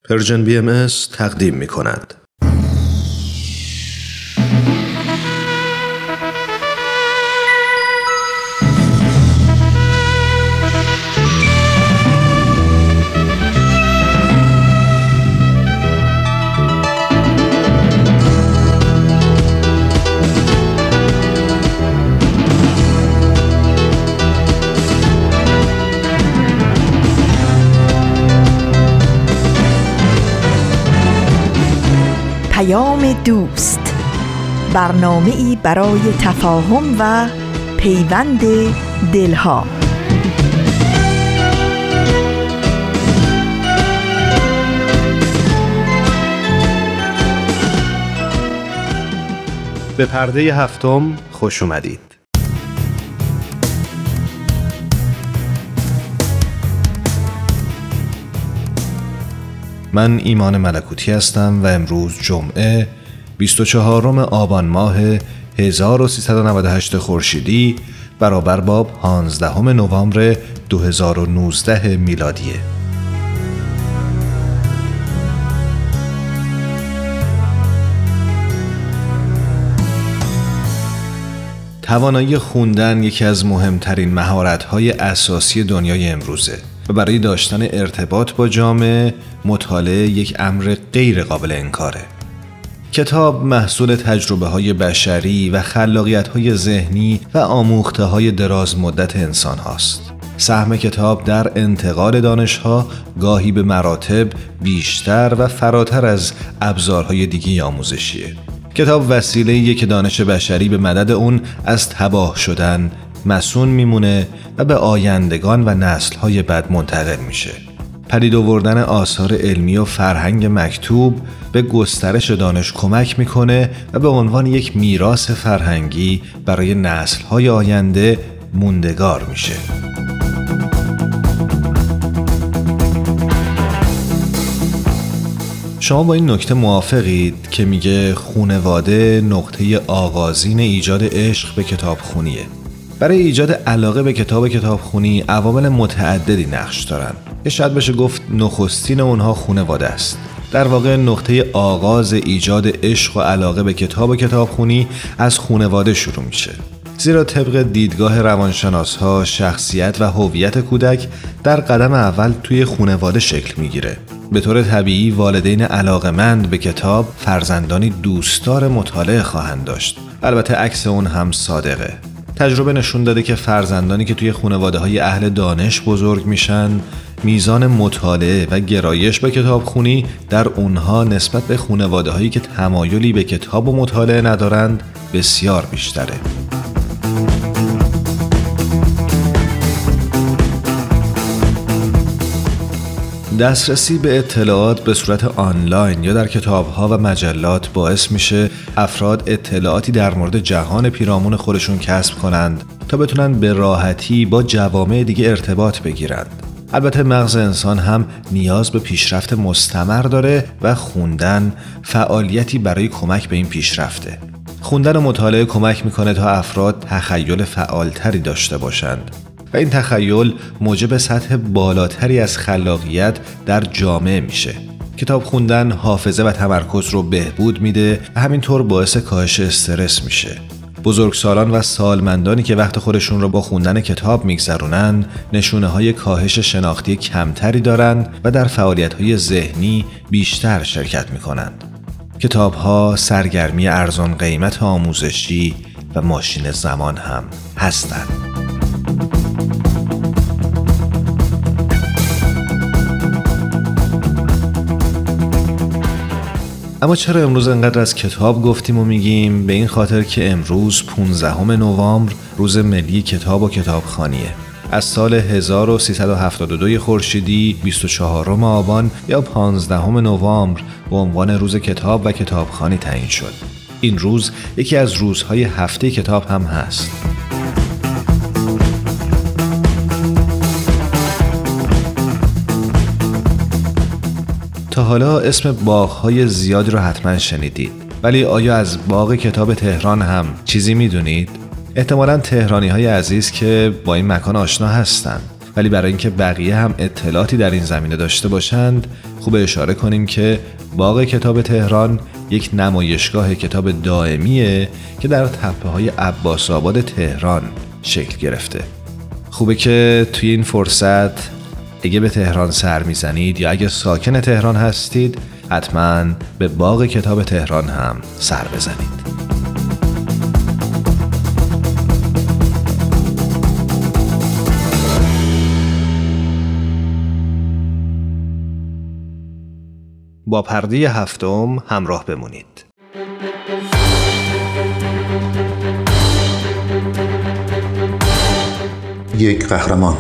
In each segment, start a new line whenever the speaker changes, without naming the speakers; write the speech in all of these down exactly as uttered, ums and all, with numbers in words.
پرژن بی ام اس تقدیم می کند.
دوست، برنامه‌ای برای تفاهم و پیوند دلها.
به پرده هفتم خوش اومدید. من ایمان ملکوتی هستم و امروز جمعه بیست و چهارم آبان ماه هزار و سیصد و نود و هشت خورشیدی برابر با پانزدهم نوامبر دو هزار و نوزده میلادیه. توانایی خوندن یکی از مهمترین مهارت‌های اساسی دنیای امروزه و برای داشتن ارتباط با جامعه مطالعه یک امر غیر قابل انکاره. کتاب محصول تجربه‌های بشری و خلاقیت‌های ذهنی و آموخته‌های دراز مدت انسان هاست. سهم کتاب در انتقال دانش‌ها گاهی به مراتب بیشتر و فراتر از ابزارهای دیگه آموزشیه. کتاب وسیله‌ایه که دانش بشری به مدد اون از تباه شدن مسون میمونه و به آیندگان و نسل‌های بعد منتقل میشه. پدید آوردن آثار علمی و فرهنگ مکتوب به گسترش دانش کمک میکنه و به عنوان یک میراث فرهنگی برای نسل‌های آینده موندگار میشه. شما با این نکته موافقید که میگه خانواده نقطه آغازین ایجاد عشق به کتابخونیه؟ برای ایجاد علاقه به کتاب کتابخونی عوامل متعددی نقش دارن که شاید بشه گفت نخستین اونها خانواده است. در واقع نقطه آغاز ایجاد عشق و علاقه به کتاب کتابخونی از خانواده شروع میشه، زیرا طبق دیدگاه روانشناس‌ها شخصیت و هویت کودک در قدم اول توی خانواده شکل میگیره. به طور طبیعی والدین علاقه‌مند به کتاب فرزندانی دوستدار مطالعه خواهند داشت. البته عکس اون هم صادقه. تجربه نشون داده که فرزندانی که توی خانواده‌های اهل دانش بزرگ میشن، میزان مطالعه و گرایش به کتابخونی در اونها نسبت به خانواده‌هایی که تمایلی به کتاب و مطالعه ندارند بسیار بیشتره. دسترسی به اطلاعات به صورت آنلاین یا در کتاب‌ها و مجلات باعث میشه افراد اطلاعاتی در مورد جهان پیرامون خودشون کسب کنند تا بتونن به راحتی با جوامع دیگه ارتباط بگیرند. البته مغز انسان هم نیاز به پیشرفت مستمر داره و خوندن فعالیتی برای کمک به این پیشرفته. خوندن و مطالعه کمک میکنه تا افراد تخیل فعالتری داشته باشند و این تخیل موجب سطح بالاتری از خلاقیت در جامعه میشه. کتاب خوندن حافظه و تمرکز رو بهبود میده و همینطور باعث کاهش استرس میشه. بزرگسالان و سالمندانی که وقت خودشون رو با خوندن کتاب میگذرونن نشونه های کاهش شناختی کمتری دارن و در فعالیت های ذهنی بیشتر شرکت میکنند. کتاب ها سرگرمی ارزان قیمت آموزشی و ماشین زمان هم هستند. اما چرا امروز انقدر از کتاب گفتیم و میگیم؟ به این خاطر که امروز پانزدهم نوامبر روز ملی کتاب و کتابخوانیه. از سال هزار و سیصد و هفتاد و دو خورشیدی بیست و چهارم آبان یا پانزدهم نوامبر به عنوان روز کتاب و کتابخوانی تعیین شد. این روز یکی از روزهای هفته کتاب هم هست. تا حالا اسم باغ‌های زیادی رو حتما شنیدید، ولی آیا از باغ کتاب تهران هم چیزی میدونید؟ احتمالاً تهرانی‌های عزیز که با این مکان آشنا هستند. ولی برای اینکه بقیه هم اطلاعاتی در این زمینه داشته باشند خوب اشاره کنیم که باغ کتاب تهران یک نمایشگاه کتاب دائمیه که در تپه‌های عباس آباد تهران شکل گرفته. خوبه که توی این فرصت اگه به تهران سر میزنید یا اگه ساکن تهران هستید حتما به باغ کتاب تهران هم سر بزنید. با پرده هفتم همراه بمونید.
یک قهرمان.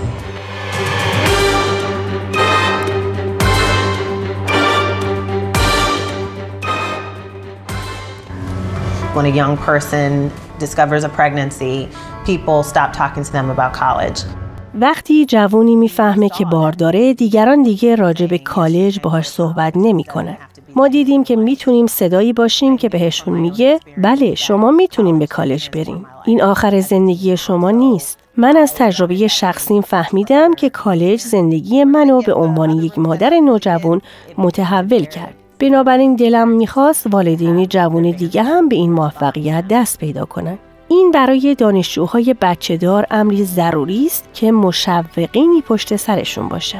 When a young person discovers a pregnancy, people stop talking to them about college.
وقتی جوونی میفهمه که بارداره، دیگران دیگه راجع به کالج باهاش صحبت نمی‌کنن. ما دیدیم که میتونیم صدایی باشیم که بهشون میگه بله شما میتونیم به کالج بریم. این آخر زندگی شما نیست. من از تجربه شخصیم فهمیدم که کالج زندگی منو به عنوان یک مادر نوجوان متحول کرد. بنابراین دلم میخواست والدین جوان دیگه هم به این موفقیت دست پیدا کنن. این برای دانشجوهای بچه‌دار امری ضروری است که مشوقینی پشت سرشون باشن.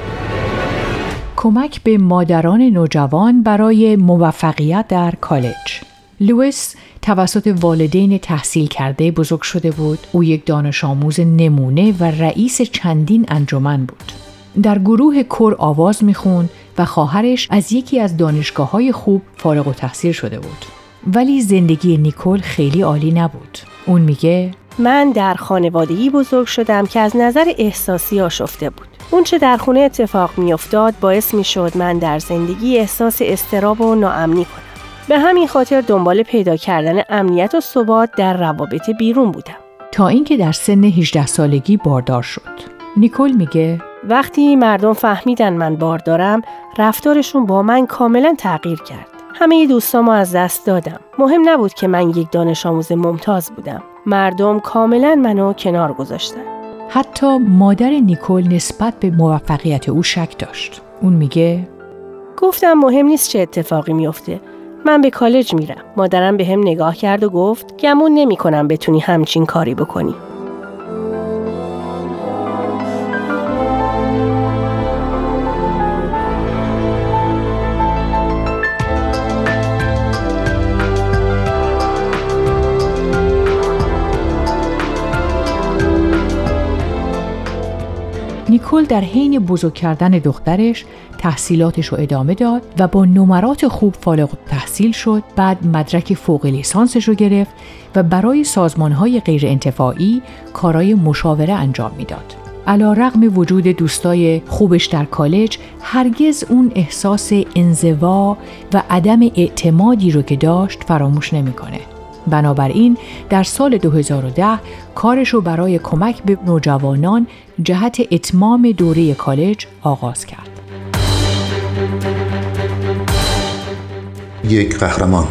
کمک به مادران نوجوان برای موفقیت در کالج. لوئیس توسط والدین تحصیل کرده بزرگ شده بود. او یک دانش آموز نمونه و رئیس چندین انجمن بود. در گروه کور آواز میخوند و خواهرش از یکی از دانشگاه‌های خوب فارغ التحصیل شده بود. ولی زندگی نیکول خیلی عالی نبود. اون میگه
من در خانوادگی بزرگ شدم که از نظر احساسی آشفته بود. اون چه در خونه اتفاق میافتاد باعث میشد من در زندگی احساس اضطراب و ناامنی کنم. به همین خاطر دنبال پیدا کردن امنیت و ثبات در روابط بیرون بودم.
تا اینکه در سن هجده سالگی باردار شد. نیکول میگه
وقتی مردم فهمیدن من باردارم، رفتارشون با من کاملا تغییر کرد. همه دوستامو از دست دادم. مهم نبود که من یک دانش آموز ممتاز بودم. مردم کاملا منو کنار گذاشتن.
حتی مادر نیکول نسبت به موفقیت او شک داشت. اون میگه
گفتم مهم نیست چه اتفاقی میفته. من به کالج میرم. مادرم به هم نگاه کرد و گفت گمون نمی کنم بتونی همچین کاری بکنی.
نیکول در حین بزرگ کردن دخترش تحصیلاتش رو ادامه داد و با نمرات خوب فارغ التحصیل شد. بعد مدرک فوق لیسانسش رو گرفت و برای سازمان‌های غیر انتفاعی کارهای مشاوره انجام میداد. علی‌رغم وجود دوستای خوبش در کالج، هرگز اون احساس انزوا و عدم اعتمادی رو که داشت فراموش نمی‌کنه. بنابراین در سال دو هزار و ده کارش رو برای کمک به نوجوانان جهت اتمام دوره کالج آغاز کرد.
یک قهرمان.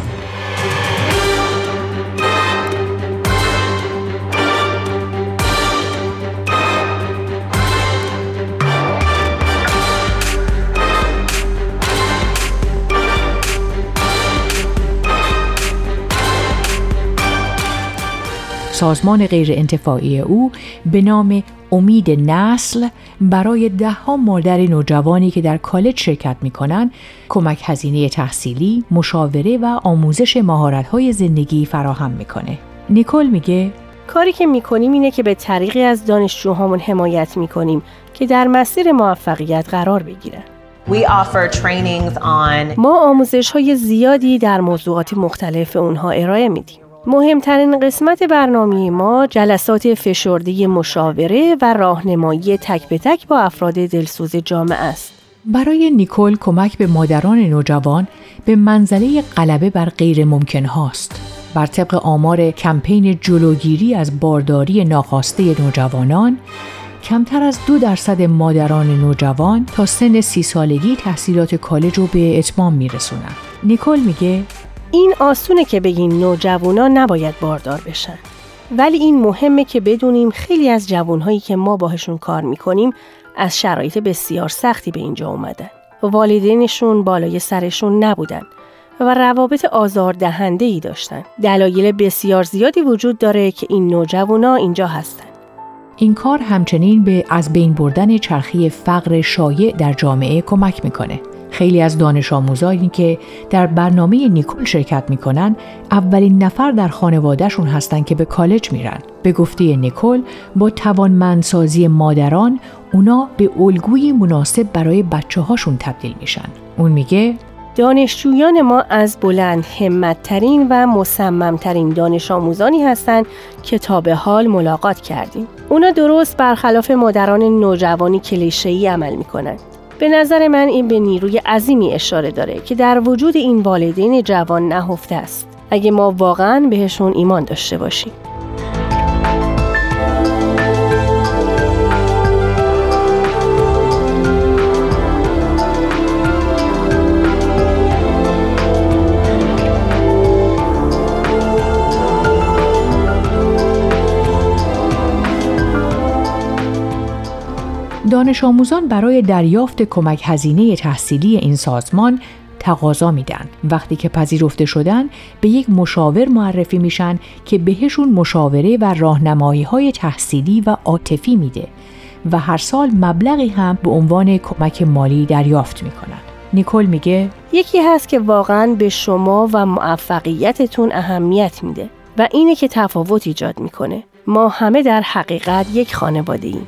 سازمان غیر انتفاعی او به نام امید نسل برای ده ها مادر نوجوانی که در کالج شرکت می‌کنند کمک هزینه تحصیلی، مشاوره و آموزش مهارت‌های زندگی فراهم می‌کنه. نیکول میگه
کاری که می‌کنیم اینه که به طریقی از دانشجوهامون حمایت می‌کنیم که در مسیر موفقیت قرار بگیرن.
We offer trainings on
ما آموزش‌های زیادی در موضوعات مختلف اونها ارائه میدیم. مهمترین قسمت برنامه ما جلسات فشرده مشاوره و راهنمایی تک به تک با افراد دلسوز جامعه است.
برای نیکول کمک به مادران نوجوان به منزله غلبه بر غیر ممکن هاست. بر طبق آمار کمپین جلوگیری از بارداری ناخواسته نوجوانان، کمتر از دو درصد مادران نوجوان تا سن سی سالگی تحصیلات کالج رو به اتمام میرسونن. نیکول میگه
این آسونه که بگین نوجوانا نباید باردار بشن. ولی این مهمه که بدونیم خیلی از جوانهایی که ما باهاشون کار میکنیم از شرایط بسیار سختی به اینجا اومدن. والدینشون بالای سرشون نبودن و روابط آزاردهنده‌ای داشتن. دلایل بسیار زیادی وجود داره که این نوجوانا اینجا هستن.
این کار همچنین به از بین بردن چرخه فقر شایع در جامعه کمک میکنه. خیلی از دانش آموزانی که در برنامه نیکول شرکت میکنن اولین نفر در خانوادهشون هستن که به کالج میرن. به گفته نیکول با توانمندسازی مادران اونا به الگوی مناسب برای بچه هاشون تبدیل میشن. اون میگه
دانشجویان ما از بلند همت‌ترین و مصمم‌ترین دانش آموزانی هستند که تا به حال ملاقات کردیم. اونا درست برخلاف مادران نوجوانی کلیشه‌ای عمل میکنن. به نظر من این به نیروی عظیمی اشاره داره که در وجود این والدین جوان نهفته است. اگه ما واقعاً بهشون ایمان داشته باشیم.
دانش آموزان برای دریافت کمک هزینه تحصیلی این سازمان تقاضا میدن. وقتی که پذیرفته شدن به یک مشاور معرفی میشن که بهشون مشاوره و راهنمایی‌های تحصیلی و عاطفی میده و هر سال مبلغی هم به عنوان کمک مالی دریافت میکنن. نیکول میگه
یکی هست که واقعاً به شما و موفقیتتون اهمیت میده و اینه که تفاوت ایجاد میکنه. ما همه در حقیقت یک خانواده ایم.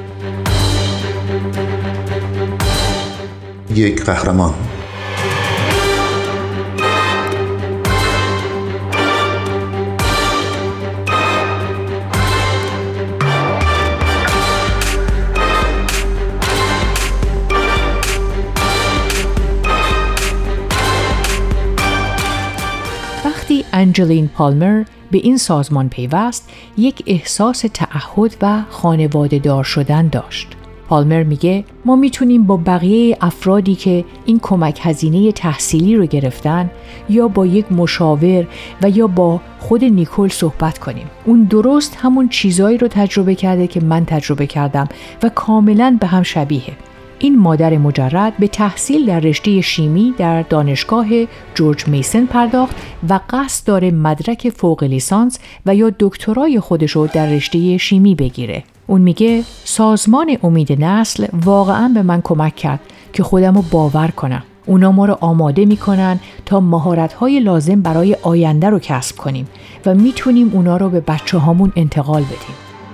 یک قهرمان.
وقتی انجلین پالمر به این سازمان پیوست، یک احساس تعهد و خانواده دار شدن داشت. پالمر میگه ما میتونیم با بقیه افرادی که این کمک هزینه تحصیلی رو گرفتن یا با یک مشاور و یا با خود نیکول صحبت کنیم. اون درست همون چیزایی رو تجربه کرده که من تجربه کردم و کاملاً به هم شبیه. این مادر مجرد به تحصیل در رشته شیمی در دانشگاه جورج میسن پرداخت و قصد داره مدرک فوق لیسانس و یا دکترای خودشو در رشته شیمی بگیره. اون میگه سازمان امید نسل واقعاً به من کمک کرد که خودمو باور کنم. اونا ما رو آماده میکنن تا مهارت‌های لازم برای آینده رو کسب کنیم و میتونیم اونا رو به بچه هامون انتقال بدیم.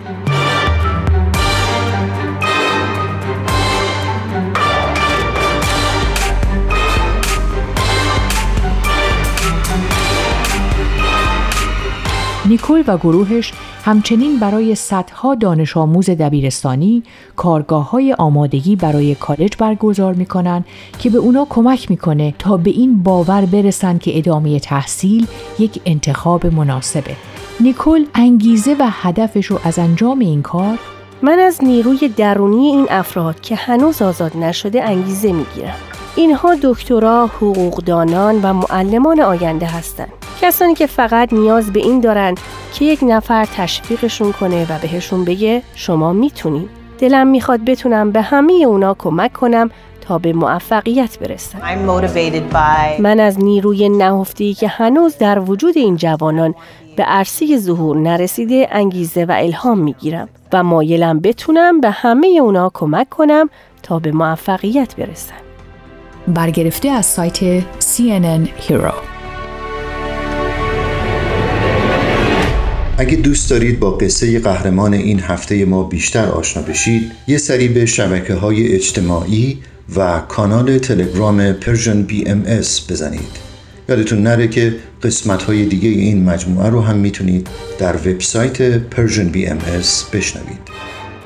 نیکول و گروهش همچنین برای صدها دانش آموز دبیرستانی کارگاه‌های آمادگی برای کالج برگزار می‌کنن که به اونا کمک می‌کنه تا به این باور برسن که ادامه تحصیل یک انتخاب مناسبه. نیکول انگیزه و هدفش رو از انجام این کار
من از نیروی درونی این افراد که هنوز آزاد نشده انگیزه می‌گیرم. اینها دکترا، حقوقدانان و معلمان آینده هستند. کسانی که فقط نیاز به این دارن که یک نفر تشویقشون کنه و بهشون بگه شما میتونید. دلم میخواد بتونم به همه اونا کمک کنم تا به موفقیت برسن.
by...
من از نیروی نهفته‌ای که هنوز در وجود این جوانان به عرصه ظهور نرسیده انگیزه و الهام میگیرم و مایلم بتونم به همه اونا کمک کنم تا به موفقیت برسن.
برگرفته از سایت سی ان ان Hero.
اگه دوست دارید با قصه قهرمان این هفته ما بیشتر آشنا بشید، یه سری به شبکه‌های اجتماعی و کانال تلگرام پرژن بی ام اس بزنید. یادتون نره که قسمت‌های دیگه این مجموعه رو هم میتونید در وبسایت پرژن بی ام اس بشنوید.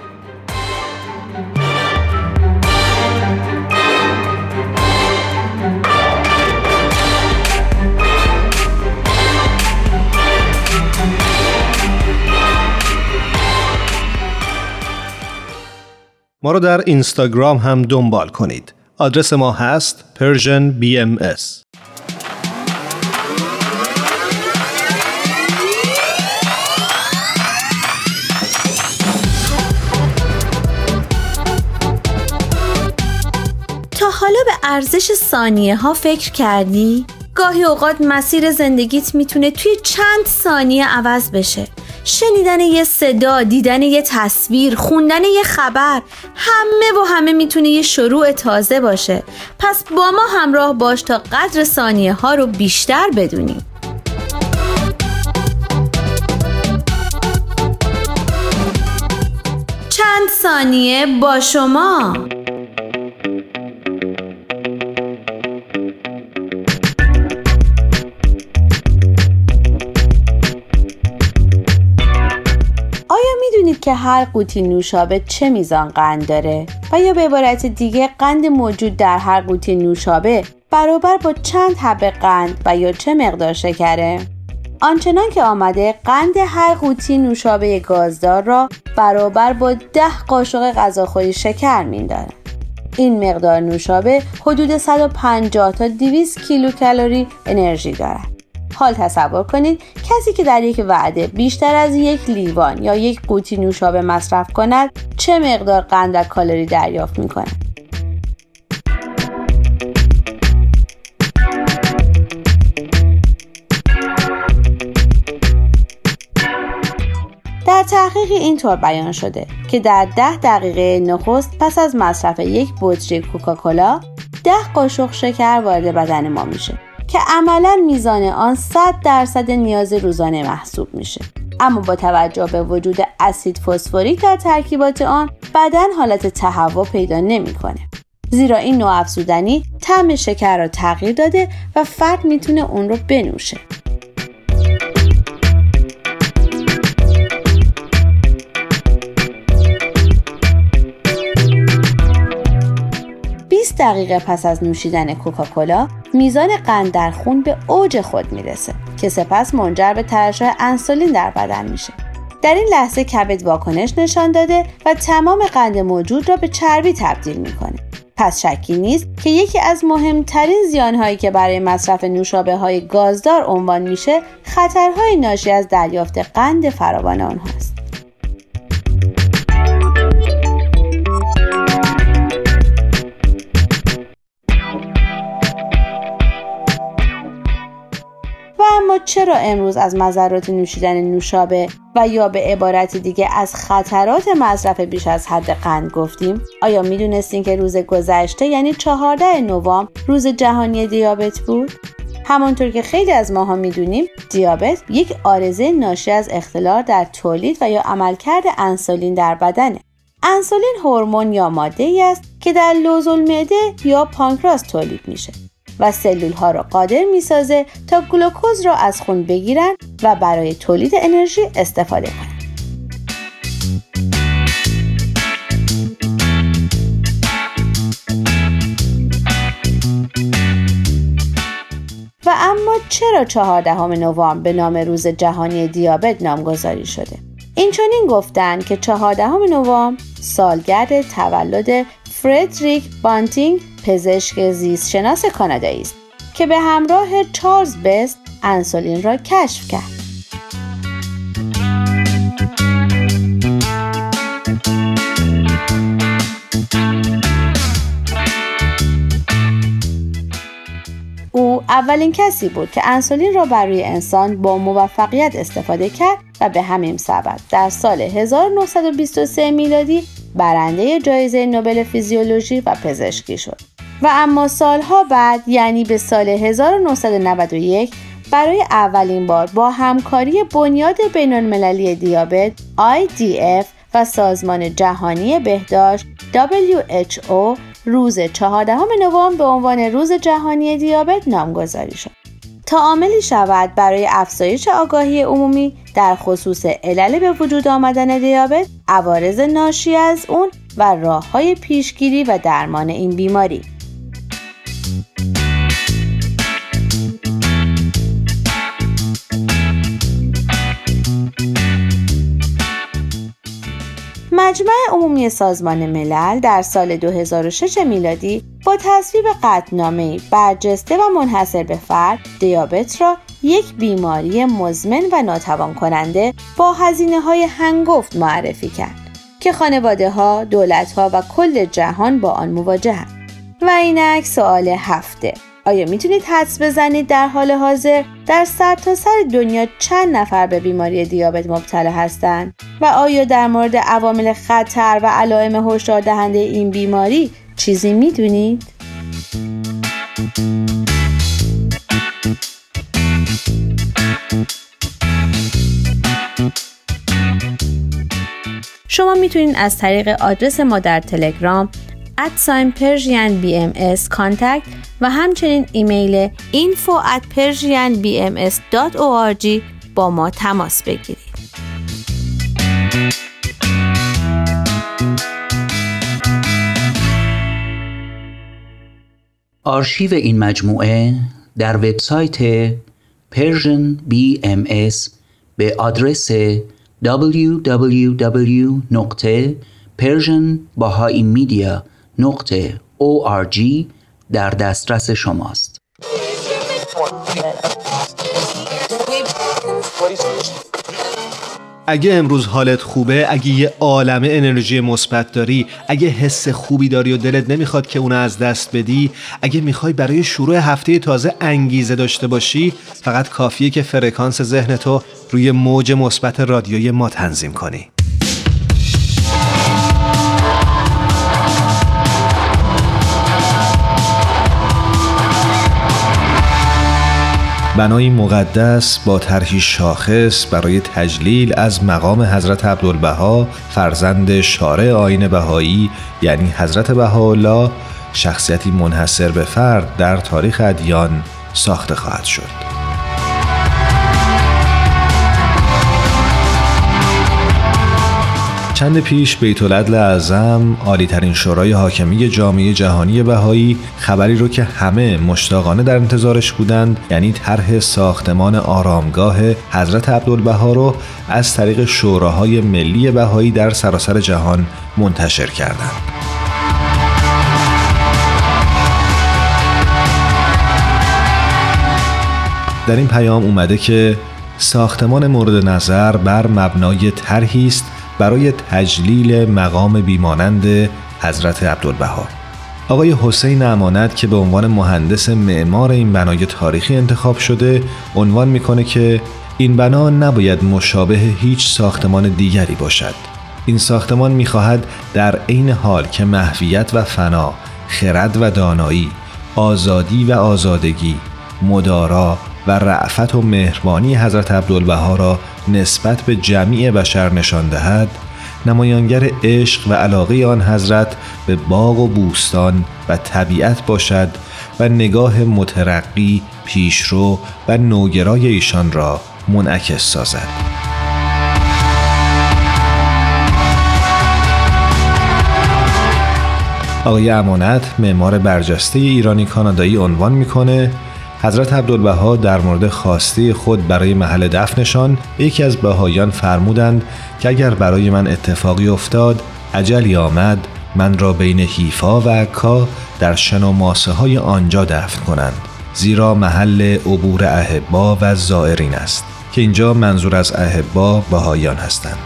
ما رو در اینستاگرام هم دنبال کنید. آدرس ما هست پرژن بی ام اس.
ارزش ثانیه ها فکر کردی؟ گاهی اوقات مسیر زندگیت میتونه توی چند ثانیه عوض بشه. شنیدن یه صدا، دیدن یه تصویر، خوندن یه خبر، همه و همه میتونه یه شروع تازه باشه. پس با ما همراه باش تا قدر ثانیه ها رو بیشتر بدونیم. چند ثانیه با شما. میدونید که هر قوطی نوشابه چه میزان قند داره؟ و یا به عبارت دیگه قند موجود در هر قوطی نوشابه برابر با چند حبه قند و یا چه مقدار شکره؟ آنچنان که آمده قند هر قوطی نوشابه گازدار را برابر با ده قاشق غذاخوری شکر میندازه. این مقدار نوشابه حدود صد و پنجاه تا دویست کیلوکالری انرژی دارد. حال تصور کنید کسی که در یک وعده بیشتر از یک لیوان یا یک قوطی نوشابه مصرف کند چه مقدار قند و کالری دریافت می کند. در تحقیق اینطور بیان شده که در ده دقیقه نخست پس از مصرف یک بطری کوکاکولا ده قاشق شکر وارد بدن ما میشه که عملاً میزان آن صد درصد نیاز روزانه محسوب میشه. اما با توجه به وجود اسید فسفوریک در ترکیبات آن بدن حالت تهوع پیدا نمیکنه. زیرا این نوع افزودنی طعم شکر را تغییر داده و فرد میتونه اون رو بنوشه. بیست دقیقه پس از نوشیدن کوکاکولا میزان قند در خون به اوج خود میرسه که سپس منجر به ترشح انسولین در بدن میشه. در این لحظه کبد واکنش نشان داده و تمام قند موجود را به چربی تبدیل میکنه. پس شکی نیست که یکی از مهمترین زیانهایی که برای مصرف نوشابه های گازدار عنوان میشه خطرهای ناشی از دریافت قند فراوان آنهاست. اما چرا امروز از مضرات نوشیدن نوشابه و یا به عبارت دیگه از خطرات مصرف بیش از حد قند گفتیم؟ آیا میدونستین که روز گذشته یعنی چهاردهم نوامبر روز جهانی دیابت بود؟ همانطور که خیلی از ماها میدونیم دیابت یک عارضه ناشی از اختلال در تولید و یا عملکرد انسولین در بدنه. انسولین هورمون یا ماده‌ای است که در لوزالمعده یا پانکراس تولید میشه و سلول ها را قادر می سازه تا گلوکوز را از خون بگیرن و برای تولید انرژی استفاده کنن. و اما چرا چهاردهم نوامبر به نام روز جهانی دیابت نامگذاری شده؟ این چنین گفتن که چهاردهم نوامبر سالگرد تولد فردریک بانتینگ، پزشک زیستشناس کانادایی است که به همراه چارلز بست انسولین را کشف کرد. او اولین کسی بود که انسولین را برای انسان با موفقیت استفاده کرد و به همین سبب در سال هزار و نهصد و بیست و سه میلادی برنده جایزه نوبل فیزیولوژی و پزشکی شد. و اما سالها بعد یعنی به سال هزار و نهصد و نود و یک برای اولین بار با همکاری بنیاد بین‌المللی دیابت آی دی اف و سازمان جهانی بهداشت دبلیو اچ او روز چهاردهم نوامبر به عنوان روز جهانی دیابت نامگذاری شد تا عاملی شود برای افزایش آگاهی عمومی در خصوص علل به وجود آمدن دیابت، عوارض ناشی از اون و راه‌های پیشگیری و درمان این بیماری. مجمع عمومی سازمان ملل در سال دو هزار و شش میلادی با تصویب قطعنامه‌ای برجسته و منحصر به فرد دیابت را یک بیماری مزمن و ناتوان کننده با هزینه‌های هنگفت معرفی کرد که خانواده‌ها، دولت‌ها و کل جهان با آن مواجه‌اند. و اینک سوال هفته: آیا میتونید حدس بزنید در حال حاضر در سرتاسر دنیا چند نفر به بیماری دیابت مبتلا هستند؟ و آیا در مورد عوامل خطر و علائم هشدار دهنده این بیماری چیزی میدونید؟ شما میتونید از طریق آدرس ما در تلگرام ات پرژین بی ام اس کانتکت و همچنین ایمیل اینفو ات پرژین بی ام اس دات او آر جی با ما تماس بگیرید.
آرشیو این مجموعه در وبسایت پرژن بی ام اس به آدرس دبلیو دبلیو دبلیو دات پرژن بهایی مدیا دات او آر جی در دسترس شماست.
اگه امروز حالت خوبه، اگه یه عالمه انرژی مثبت داری، اگه حس خوبی داری و دلت نمیخواد که اونو از دست بدی، اگه میخوای برای شروع هفته تازه انگیزه داشته باشی، فقط کافیه که فرکانس ذهنتو روی موج مثبت رادیوی ما تنظیم کنی. بنای مقدس با طرحی شاخص برای تجلیل از مقام حضرت عبدالبها فرزند شارع آیین بهایی، یعنی حضرت بهاءالله، شخصیتی منحصر به فرد در تاریخ ادیان ساخته خواهد شد. چند پیش بیت العدل اعظم، عالی‌ترین شورای حاکمی جامعه جهانی بهایی، خبری رو که همه مشتاقانه در انتظارش بودند، یعنی طرح ساختمان آرامگاه حضرت عبدالبها رو از طریق شوراهای ملی بهایی در سراسر جهان منتشر کردند. در این پیام اومده که ساختمان مورد نظر بر مبنای طرحی است برای تجلیل مقام بیمانند حضرت عبدالبها. آقای حسین امانت که به عنوان مهندس معمار این بنای تاریخی انتخاب شده، عنوان میکنه که این بنا نباید مشابه هیچ ساختمان دیگری باشد. این ساختمان میخواهد در عین حال که محویت و فنا، خرد و دانایی، آزادی و آزادگی، مدارا و رأفت و مهربانی حضرت عبدالبها را نسبت به جمیع بشر نشان دهد، نمایانگر عشق و علاقه آن حضرت به باغ و بوستان و طبیعت باشد و نگاه مترقی، پیشرو و نوگرای ایشان را منعکس سازد. آقای امانت، معمار برجسته ایرانی کانادایی، عنوان میکنه حضرت عبدالبها در مورد خواسته خود برای محل دفنشان یکی از بهاییان فرمودند که اگر برای من اتفاقی افتاد، اجلی آمد، من را بین حیفا و عکا در شن و ماسه های آنجا دفن کنند، زیرا محل عبور احبا و زائرین است، که اینجا منظور از احبا بهاییان هستند.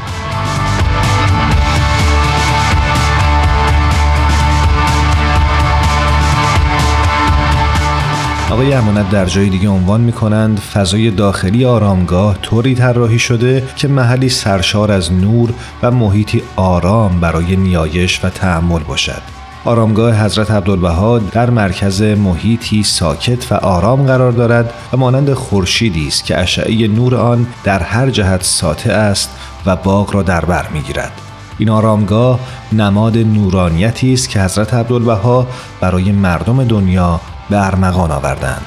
آقای امانت در جای دیگه عنوان می‌کنند فضای داخلی آرامگاه طوری طراحی شده که محلی سرشار از نور و محیطی آرام برای نیایش و تأمل باشد. آرامگاه حضرت عبدالبها در مرکز محیطی ساکت و آرام قرار دارد و مانند خورشیدی است که اشعه نور آن در هر جهت ساطع است و باغ را در بر می‌گیرد. این آرامگاه نماد نورانیتی است که حضرت عبدالبها برای مردم دنیا به ارمغان آوردند.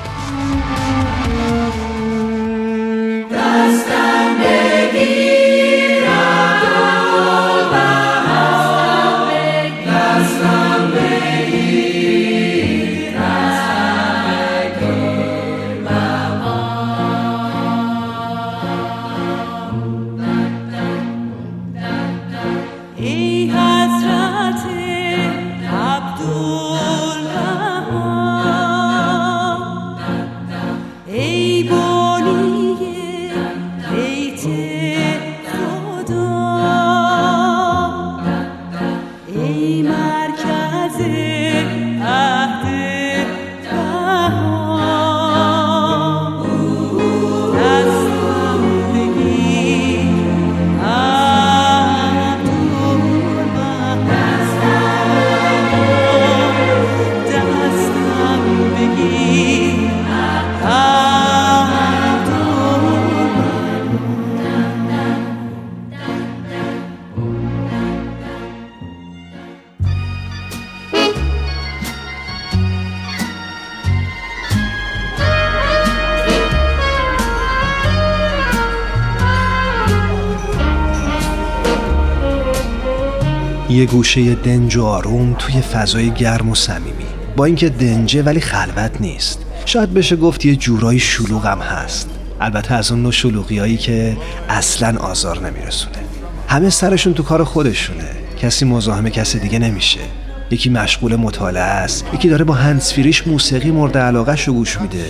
یه گوشه دنج و آروم توی فضای گرم و صمیمی. با اینکه دنجه ولی خلوت نیست. شاید بشه گفت یه جورایی شلوغ هم هست. البته از اون نوع شلوغیایی که اصلاً آزار نمیرسونه. همه سرشون تو کار خودشونه. کسی مزاحم کسی دیگه نمیشه. یکی مشغول مطالعه است، یکی داره با هندزفریش موسیقی مورد علاقه‌ش رو گوش میده.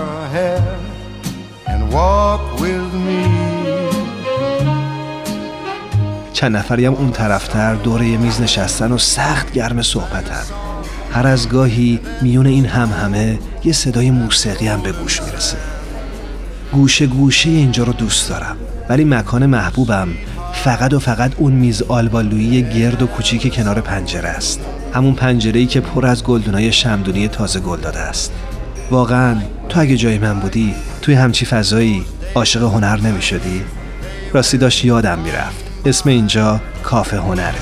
چند نفری هم اون طرفتر دور یه میز نشستن و سخت گرم صحبتن. هر از گاهی میون این همهمه یه صدای موسیقی هم به گوش میرسه. گوشه گوشه اینجا رو دوست دارم، ولی مکان محبوبم فقط و فقط اون میز آلبالویی گرد و کوچیک کنار پنجره است. همون پنجره‌ای که پر از گلدونای شمعدونی تازه گل داده است. واقعاً تو اگه جای من بودی توی همچی فضایی عاشق هنر نمی‌شدی؟ راستی داشت یادم میرفت. اسم اینجا کافه هنره.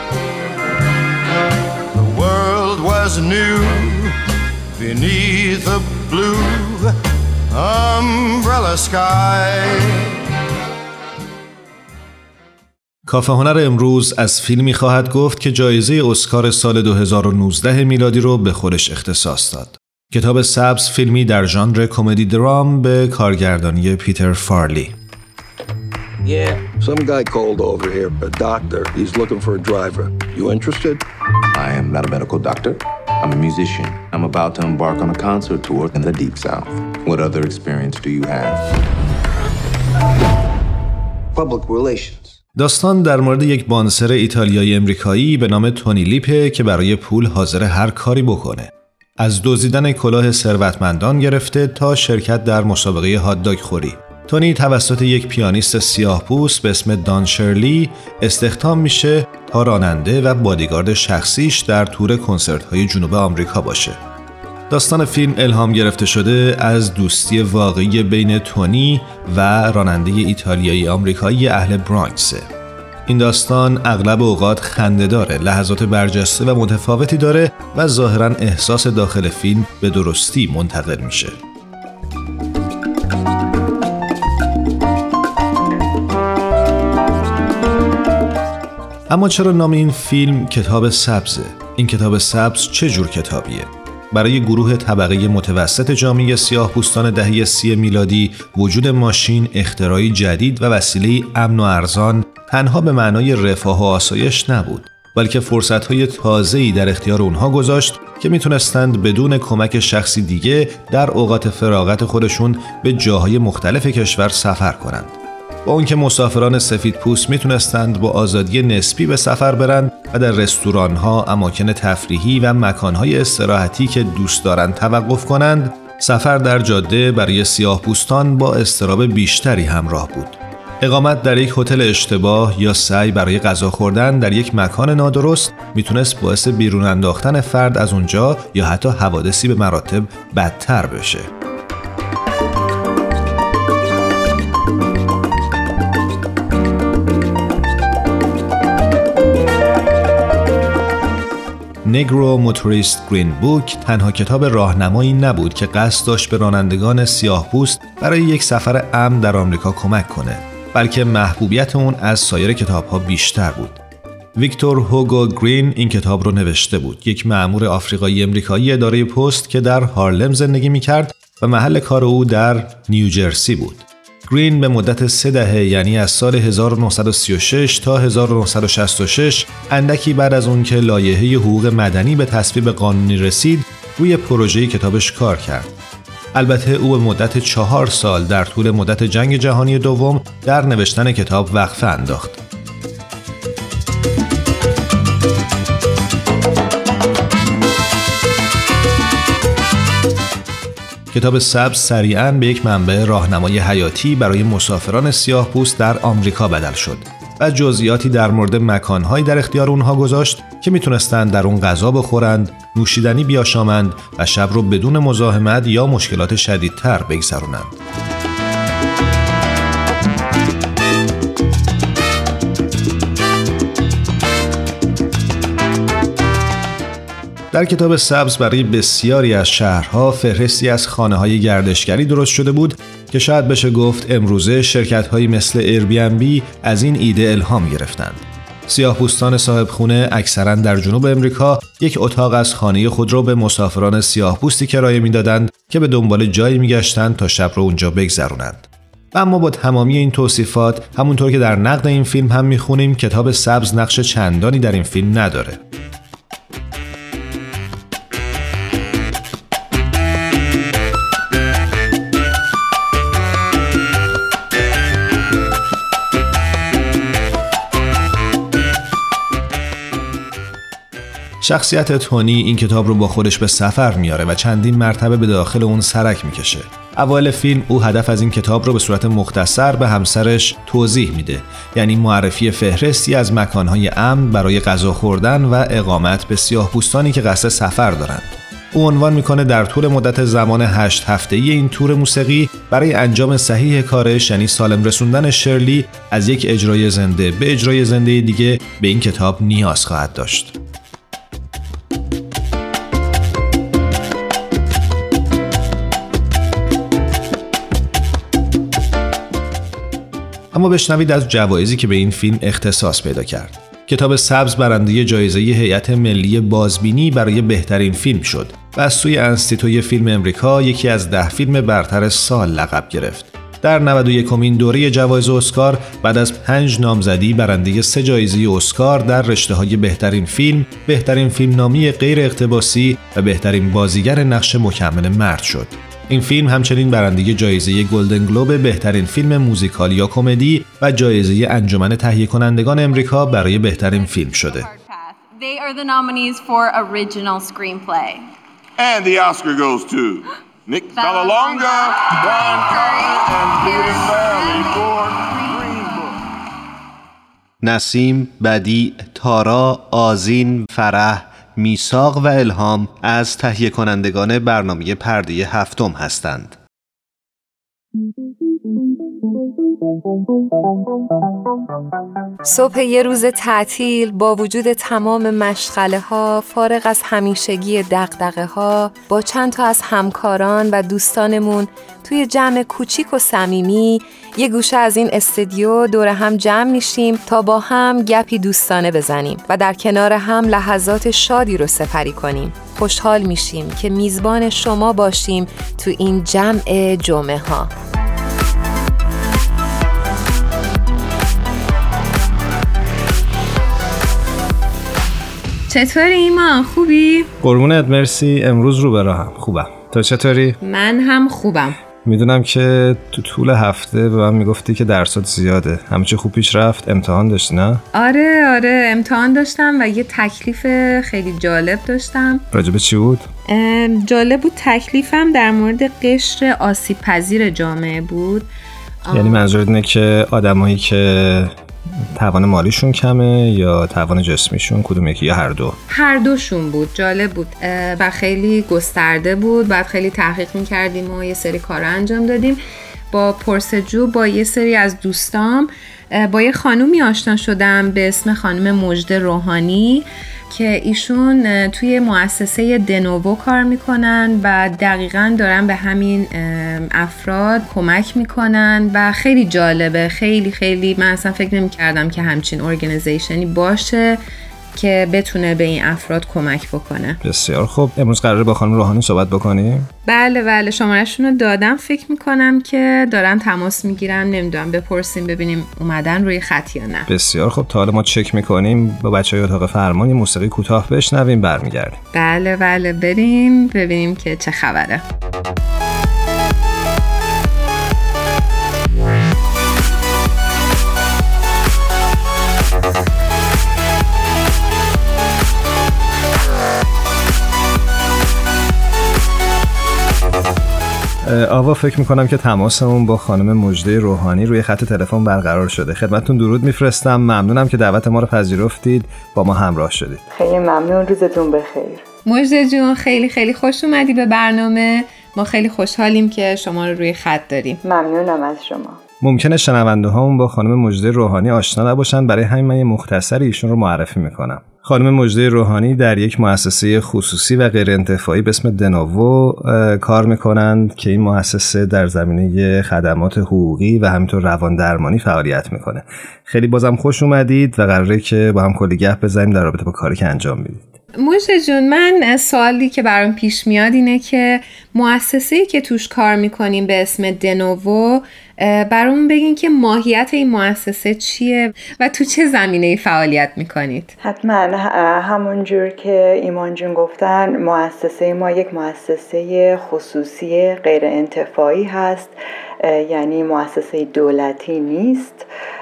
The world was new beneath the blue umbrella sky.
کافه هنر امروز از فیلمی خواهد گفت که جایزه اسکار سال دو هزار و نوزده میلادی رو به خودش اختصاص داد. کتاب سبز فیلمی در ژانر کمدی درام به کارگردانی پیتر فارلی.
Yeah. Some guy called over here, a doctor. He's looking for a driver. You interested?
I am not a medical doctor. I'm a musician. I'm about to embark on a concert tour in the Deep South. What other experience do you have?
Public relations.
داستان در مورد یک بانسر ایتالیایی امریکایی به نام تونی لیپه که برای پول حاضر هر کاری بکنه. از دزدیدن کلاه ثروتمندان گرفته تا شرکت در مسابقه هات داگ خوری. تونی توسط یک پیانیست سیاه‌پوست به اسم دان شرلی استخدام میشه تا راننده و بادیگارد شخصیش در تور کنسرت‌های جنوب آمریکا باشه. داستان فیلم الهام گرفته شده از دوستی واقعی بین تونی و راننده ایتالیایی آمریکایی اهل برانکسه. این داستان اغلب اوقات خنده‌داره، لحظات برجسته و متفاوتی داره و ظاهراً احساس داخل فیلم به درستی منتقل میشه. اما چرا نام این فیلم کتاب سبزه؟ این کتاب سبز چه جور کتابیه؟ برای گروه طبقه متوسط جامعه سیاه‌پوستان دهه سی میلادی وجود ماشین اختراعی جدید و وسیله امن و ارزان تنها به معنای رفاه و آسایش نبود، بلکه فرصت‌های تازه‌ای در اختیار اونها گذاشت که میتونستند بدون کمک شخصی دیگه در اوقات فراغت خودشون به جاهای مختلف کشور سفر کنند. با اون که مسافران سفید پوست میتونستند با آزادی نسبی به سفر برند و در رستوران‌ها، اماکن تفریحی و مکان‌های استراحتی که دوست دارند توقف کنند، سفر در جاده برای سیاه‌پوستان با اضطراب بیشتری همراه بود. اقامت در یک هتل اشتباه یا سعی برای غذا خوردن در یک مکان نادرست میتونست باعث بیرون انداختن فرد از اونجا یا حتی حوادثی به مراتب بدتر بشه. نگرو موتوریست گرین بوک تنها کتاب راهنمایی نبود که قصد داشت به رانندگان سیاه‌پوست برای یک سفر امن در آمریکا کمک کنه، بلکه محبوبیت اون از سایر کتاب‌ها بیشتر بود. ویکتور هوگو گرین این کتاب رو نوشته بود، یک مأمور آفریقایی امریکایی اداره پست که در هارلم زندگی می‌کرد و محل کار او در نیوجرسی بود. گرین به مدت سه دهه یعنی از سال هزار و نهصد و سی و شش تا هزار و نهصد و شصت و شش اندکی بعد از اون که لایحه حقوق مدنی به تصویب قانونی رسید روی پروژه کتابش کار کرد. البته او به مدت چهار سال در طول مدت جنگ جهانی دوم در نوشتن کتاب وقفه انداخت. کتاب سبز سریعاً به یک منبع راهنمای حیاتی برای مسافران سیاه‌پوست در آمریکا بدل شد و جزئیاتی در مورد مکان‌هایی در اختیار اونها گذاشت که میتونستند در اون غذا بخورند، نوشیدنی بیاشامند و شب رو بدون مزاحمت یا مشکلات شدیدتر بگذرونند. در کتاب سبز برای بسیاری از شهرها فهرستی از خانه‌های گردشگری درست شده بود که شاید بشه گفت امروزه شرکت‌هایی مثل ایربی‌ان‌بی از این ایده الهام گرفتند. سیاه‌پوستان صاحب خونه اکثراً در جنوب امریکا یک اتاق از خانه خود را به مسافران سیاه‌پوستی کرایه می‌دادند که به دنبال جایی می‌گشتند تا شب را اونجا بگذرونند. و اما با تمامی این توصیفات، همونطور که در نقد این فیلم هم می‌خونیم، کتاب سبز نقش چندانی در این فیلم نداره. شخصیت تونی این کتاب رو با خودش به سفر میاره و چندین مرتبه به داخل اون سرک میکشه. اوایل فیلم او هدف از این کتاب رو به صورت مختصر به همسرش توضیح میده، یعنی معرفی فهرستی از مکانهای امن برای غذا خوردن و اقامت به سیاه‌پوستانی که قصد سفر دارند. او عنوان میکنه در طول مدت زمان هشت هفته‌ای این تور موسیقی برای انجام صحیح کارش، یعنی سالم رسوندن شرلی از یک اجرای زنده به اجرای زنده دیگه، به این کتاب نیاز خواهد داشت. اما بشنوید از جوایزی که به این فیلم اختصاص پیدا کرد. کتاب سبز برنده جایزه هیئت ملی بازبینی برای بهترین فیلم شد و از سوی انستیتوی فیلم امریکا یکی از ده فیلم برتر سال لقب گرفت. در نود و یکمین دوره جوایز اسکار بعد از پنج نامزدی برنده سه جایزه اسکار در رشته‌های بهترین فیلم، بهترین فیلمنامه غیر اقتباسی و بهترین بازیگر نقش مکمل مرد شد. این فیلم همچنین برنده جایزه گلدن گلوب بهترین فیلم موزیکال یا کمدی و جایزه انجمن تهیه کنندگان امریکا برای بهترین فیلم شده.
They are the nominees for original screenplay.
And the Oscar goes to Nick Vallelonga, Brian Curry, and Peter Valley for Green Book.
نسیم، بدیع، تارا، آذین، فرح، میثاق و الهام از تهیه کنندگان برنامه پرده هفتم هستند.
صبح یه روز تعطیل با وجود تمام مشغله ها، فارغ از همیشگی دغدغه ها، با چند تا از همکاران و دوستانمون توی جمع کوچیک و صمیمی یه گوشه از این استودیو دور هم جمع میشیم تا با هم گپی دوستانه بزنیم و در کنار هم لحظات شادی رو سپری کنیم. خوشحال میشیم که میزبان شما باشیم تو این جمع جمعه ها.
چطوری ایمان؟ خوبی؟
قربونت، مرسی. امروز رو به راهم. خوبم. تو چطوری؟
من هم خوبم.
میدونم که تو طول هفته به من میگفتی که درسات زیاده. همه چی خوب پیش رفت؟ امتحان داشتی نه؟
آره آره امتحان داشتم و یه تکلیف خیلی جالب داشتم.
راجب چی بود؟
جالب بود. تکلیفم در مورد قشر آسیب پذیر جامعه بود.
یعنی منظورت اینه که آدمایی که توان مالیشون کمه یا توان جسمیشون، کدوم یکی یا هر دو؟
هر دوشون بود. جالب بود و خیلی گسترده بود. بعد خیلی تحقیق می‌کردیم و یه سری کارا انجام دادیم. با پرسجو با یه سری از دوستام با یه خانومی آشنا شدم به اسم خانم مژده روحانی که ایشون توی مؤسسه دنوو کار میکنن و دقیقاً دارن به همین افراد کمک میکنن و خیلی جالبه. خیلی خیلی من اصلا فکر نمی کردم که همچین ارگانیزیشنی باشه که بتونه به این افراد کمک بکنه.
بسیار خوب. امروز قراره با خانم روحانی صحبت بکنیم؟
بله بله شماره‌شون رو دادم. فکر میکنم که دارن تماس میگیرن. نمیدونم، بپرسیم ببینیم اومدن روی خط یا نه.
بسیار خوب. تا حالا ما چک میکنیم با بچهای اتاق فرمان موسیقی کوتاه بشنویم، برمیگردیم.
بله بله بریم ببینیم که چه خبره.
آوا، فکر میکنم که تماسمون با خانم مژده روحانی روی خط تلفن برقرار شده. خدمتتون درود میفرستم. ممنونم که دعوت ما رو پذیرفتید، با ما همراه شدید.
خیلی ممنون. روزتون بخیر.
مژده جون خیلی خیلی خوش اومدی به برنامه. ما خیلی خوشحالیم که شما رو روی خط داریم.
ممنونم از شما.
ممکنه شنونده هامون با خانم مژده روحانی آشنا نباشن، برای همین من یه مختصری ایشون رو معرفی میکنم. خانم مژده روحانی در یک مؤسسه خصوصی و غیر انتفاعی به اسم دنوو کار میکنند که این مؤسسه در زمینه خدمات حقوقی و همینطور روان درمانی فعالیت میکنه. خیلی بازم خوش اومدید و قراره که با هم کلی گپ بزنیم در رابطه با کاری که انجام میدید.
مژده جون، من سوالی که برام پیش میاد اینه که مؤسسه‌ای که توش کار میکنیم به اسم دنوو، برامون بگین که ماهیت این مؤسسه چیه و تو چه زمینه‌ای فعالیت میکنید؟
حتما همونجور که ایمان جون گفتن، مؤسسه ما یک مؤسسه خصوصی غیر انتفاعی هست، یعنی مؤسسه دولتی نیست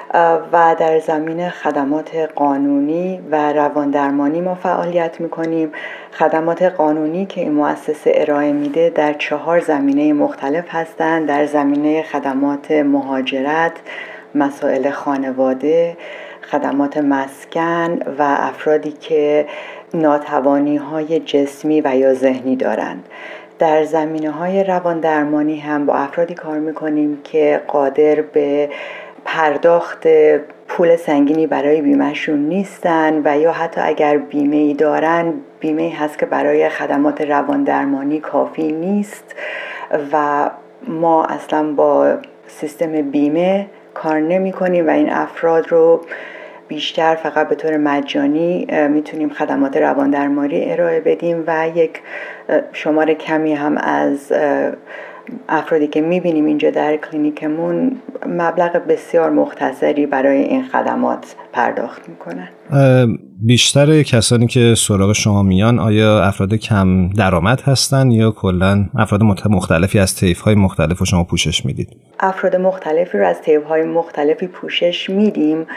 و در زمینه خدمات قانونی و رواندرمانی ما فعالیت میکنیم. خدمات قانونی که این مؤسسه ارائه میده در چهار زمینه مختلف هستند: در زمینه خدمات مهاجرت، مسائل خانواده، خدمات مسکن و افرادی که ناتوانی های جسمی و یا ذهنی دارند. در زمینه های رواندرمانی هم با افرادی کار میکنیم که قادر به پرداخت پول سنگینی برای بیمهشون نیستن و یا حتی اگر بیمه‌ای دارن، بیمه‌ای هست که برای خدمات رواندرمانی کافی نیست و ما اصلا با سیستم بیمه کار نمی کنیم و این افراد رو بیشتر فقط به طور مجانی میتونیم خدمات رواندرمانی ارائه بدیم و یک شمار کمی هم از افرادی که میبینیم اینجا در کلینیکمون مبلغ بسیار مختصری برای این خدمات پرداخت میکنن.
بیشتر کسانی که سراغ شما میان آیا افراد کم درآمد هستن یا کلا افراد مختلفی از طیف‌های مختلف رو شما پوشش میدید؟
افراد مختلفی رو از طیف‌های مختلفی پوشش میدیم،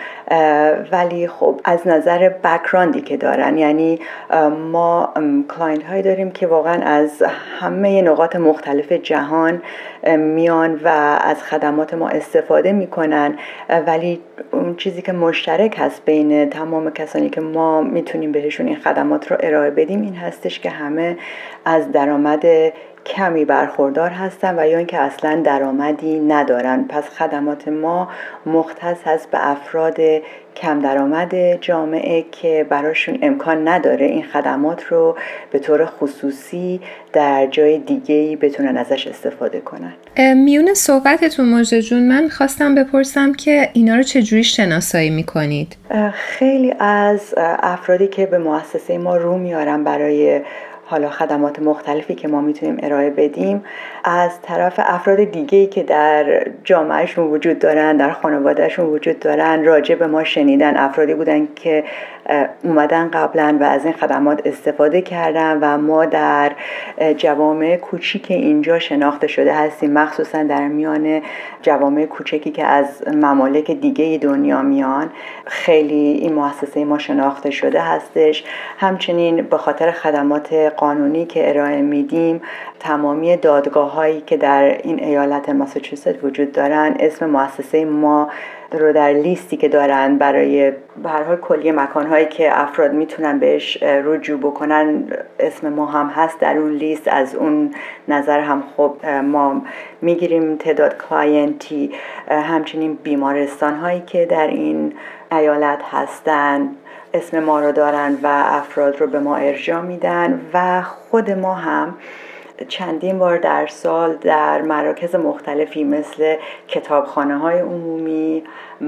ولی خب از نظر بک‌گراندی که دارن، یعنی ما کلاینت هایی داریم که واقعا از همه نقاط مختلف جهان میان و از خدمات ما استفاده میکنن، ولی اون چیزی که مشترک هست بین تمام کسانی که ما میتونیم بهشون این خدمات رو ارائه بدیم این هستش که همه از درآمد کمی برخوردار هستن و یا اینکه اصلا درآمدی ندارن. پس خدمات ما مختص هست به افراد کم درآمد جامعه که براشون امکان نداره این خدمات رو به طور خصوصی در جای دیگه‌ای بتونن ازش استفاده کنن.
میون صحبتتون مژده جون، من خواستم بپرسم که اینا رو چجوری شناسایی میکنید؟
خیلی از افرادی که به مؤسسه ما رو میارن برای حالا خدمات مختلفی که ما میتونیم ارائه بدیم، از طرف افراد دیگه‌ای که در جامعهشون وجود دارن، در خانوادهشون وجود دارن، راجع به ما شنیدن، افرادی بودن که اومدن قبلا و از این خدمات استفاده کردن و ما در جوامع کوچیک اینجا شناخته شده هستیم، مخصوصا در میان جوامع کوچکی که از ممالک دیگه دنیا میان. خیلی این مؤسسه ما شناخته شده هستش. همچنین به خاطر خدمات قانونی که ارائه میدیم، تمامی دادگاه هایی که در این ایالت ماساچوست وجود دارن اسم مؤسسه ما رو در لیستی که دارن برای به هر حال کلیه مکان‌هایی که افراد میتونن بهش رجوع بکنن اسم ما هم هست در اون لیست. از اون نظر هم خب ما میگیریم تعداد کلاینتی. همچنین بیمارستان هایی که در این ایالت هستن اسم ما رو دارن و افراد رو به ما ارجاع میدن و خود ما هم چندین بار در سال در مراکز مختلفی مثل کتابخانه‌های عمومی،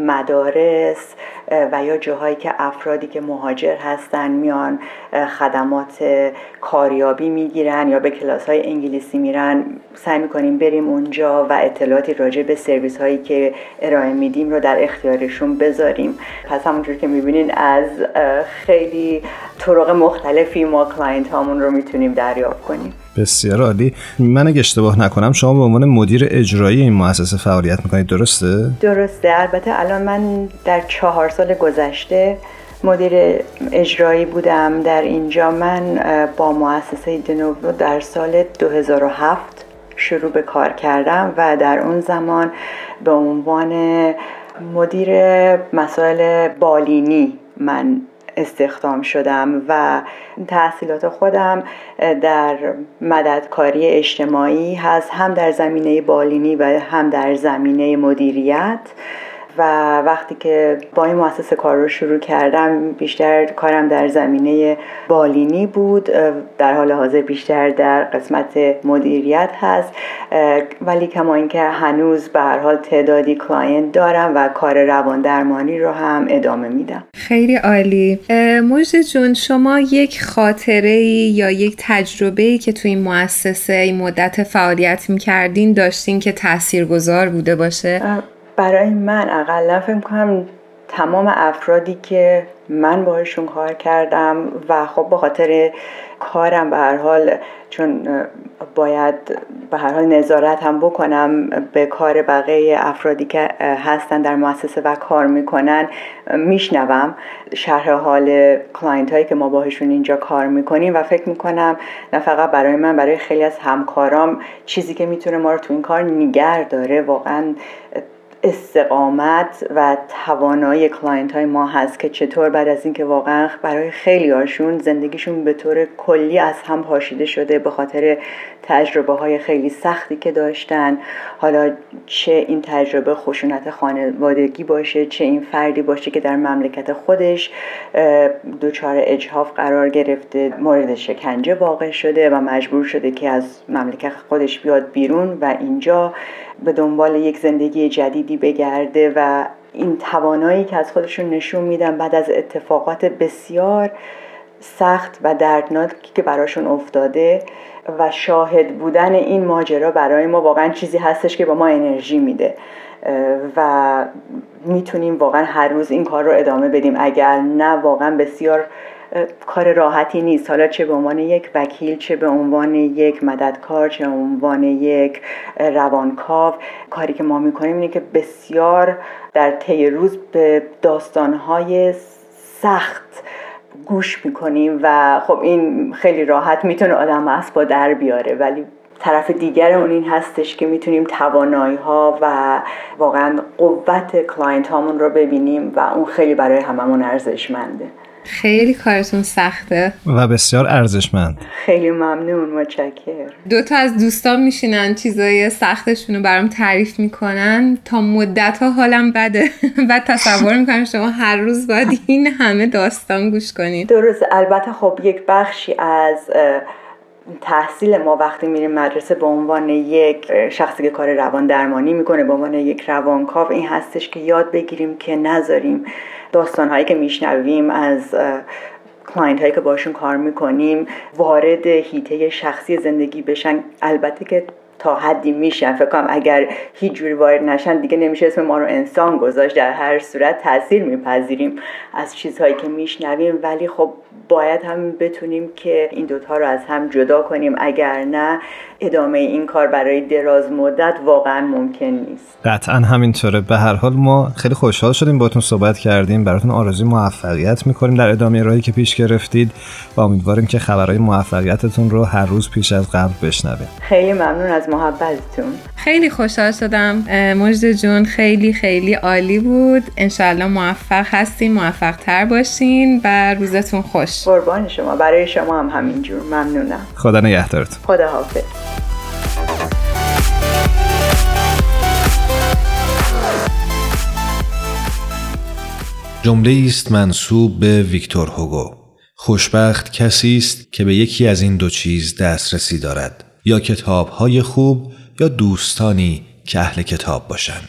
مدارس و یا جاهایی که افرادی که مهاجر هستن میان خدمات کاریابی میگیرن یا به کلاس‌های انگلیسی میرن، سعی می‌کنیم بریم اونجا و اطلاعاتی راجع به سرویس‌هایی که ارائه میدیم رو در اختیارشون بذاریم. پس همونجور که می‌بینین از خیلی طرق مختلفی ما کلاینت هامون رو میتونیم دریافت کنیم.
بسیار عالی. من اگه اشتباه نکنم شما به عنوان مدیر اجرایی این مؤسسه فعالیت میکنید، درسته؟
درسته. البته الان من در چهار سال گذشته مدیر اجرایی بودم در اینجا. من با مؤسسه دنوو در سال دو هزار و هفت شروع به کار کردم و در اون زمان به عنوان مدیر مسائل بالینی من استخدام شدم و تحصیلات خودم در مددکاری اجتماعی هست، هم در زمینه بالینی و هم در زمینه مدیریت. و وقتی که با این مؤسسه کار رو شروع کردم بیشتر کارم در زمینه بالینی بود، در حال حاضر بیشتر در قسمت مدیریت هست، ولی کما اینکه هنوز به هر حال تعدادی کلاینت دارم و کار روان درمانی رو هم ادامه میدم.
خیلی عالی. مجد جون، شما یک خاطره‌ای یا یک تجربه‌ای که توی این مؤسسه این مدت فعالیت می‌کردین داشتین که تاثیرگذار بوده باشه؟
برای من اقلا فکر می‌کنم تمام افرادی که من باهاشون کار کردم و خب به خاطر کارم به هر حال چون باید به هر حال نظارت هم بکنم به کار بقیه افرادی که هستن در مؤسسه و کار میکنن، میشنوم شرح حال کلاینت هایی که ما باهاشون اینجا کار میکنیم و فکر میکنم نه فقط برای من، برای خیلی از همکارام چیزی که میتونه ما رو تو این کار نگه داره واقعا استقامت و توانایی کلاینت های ما هست که چطور بعد از اینکه واقعا برای خیلی هاشون زندگیشون به طور کلی از هم پاشیده شده به خاطر تجربه های خیلی سختی که داشتن، حالا چه این تجربه خشونت خانوادگی باشه، چه این فردی باشه که در مملکت خودش دچار اجحاف قرار گرفته، مورد شکنجه واقع شده و مجبور شده که از مملکت خودش بیاد بیرون و اینجا به دنبال یک زندگی جدیدی بگرده و این توانایی که از خودشون نشون میدن بعد از اتفاقات بسیار سخت و دردناکی که براشون افتاده و شاهد بودن این ماجرا برای ما واقعا چیزی هستش که با ما انرژی میده و میتونیم واقعا هر روز این کار رو ادامه بدیم. اگر نه واقعا بسیار کار راحتی نیست، حالا چه به عنوان یک وکیل، چه به عنوان یک مددکار، چه به عنوان یک روانکاو. کاری که ما میکنیم اینه که بسیار در طی روز به داستانهای سخت گوش میکنیم و خب این خیلی راحت میتونه آدم اسبا در بیاره، ولی طرف دیگر اون این هستش که میتونیم توانایی ها و واقعا قوت کلاینت هامون رو ببینیم و اون خیلی برای هممون ارزشمنده.
خیلی کارتون سخته
و بسیار ارزشمند.
خیلی ممنون، متشکرم.
دو تا از دوستان میشینن چیزای سختشون رو برام تعریف میکنن، تا مدت ها حالم بده. بعد تصور میکنم شما هر روز باید این همه داستان گوش کنید.
درسته، البته خب یک بخشی از تحصیل ما وقتی میریم مدرسه به عنوان یک شخصی که کار روان درمانی میکنه، به عنوان یک روانکاو، این هستش که یاد بگیریم که نذاریم داستان‌هایی که میشنویم از کلاینت هایی که باشون کار میکنیم وارد حیطه شخصی زندگی بشن. البته که تا حدی میشن، فکر کنم اگر هیچ جوری وارد نشن دیگه نمیشه اسم ما رو انسان گذاشت. در هر صورت تاثیر میپذیریم از چیزهایی که میشنویم، ولی خب باید هم بتونیم که این دوتا رو از هم جدا کنیم، اگر نه ادامه این کار برای دراز مدت واقعا ممکن نیست.
قطعا همینطوره. به هر حال ما خیلی خوشحال شدیم باهاتون صحبت کردیم، براتون آرزوی موفقیت میکنیم در ادامه راهی که پیش گرفتید و امیدواریم که خبرهای موفقیتتون رو هر روز پیش از قبل بشنویم.
خیلی ممنون از محبتتون.
خیلی خوشحال شدم مجد جون، خیلی خیلی عالی بود. انشالله موفق هستین، موفق تر باشین و روزتون خوش.
قربان شما، برای شما هم همینجور. ممنونم.
خدا نگهدارتون.
خدا حافظ.
جمله است منسوب به ویکتور هوگو: خوشبخت کسی است که به یکی از این دو چیز دسترسی دارد، یا کتاب‌های خوب یا دوستانی که اهل کتاب باشند.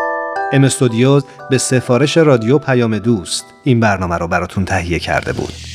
ام استودیوز به سفارش رادیو پیام دوست این برنامه رو براتون تهیه کرده بود.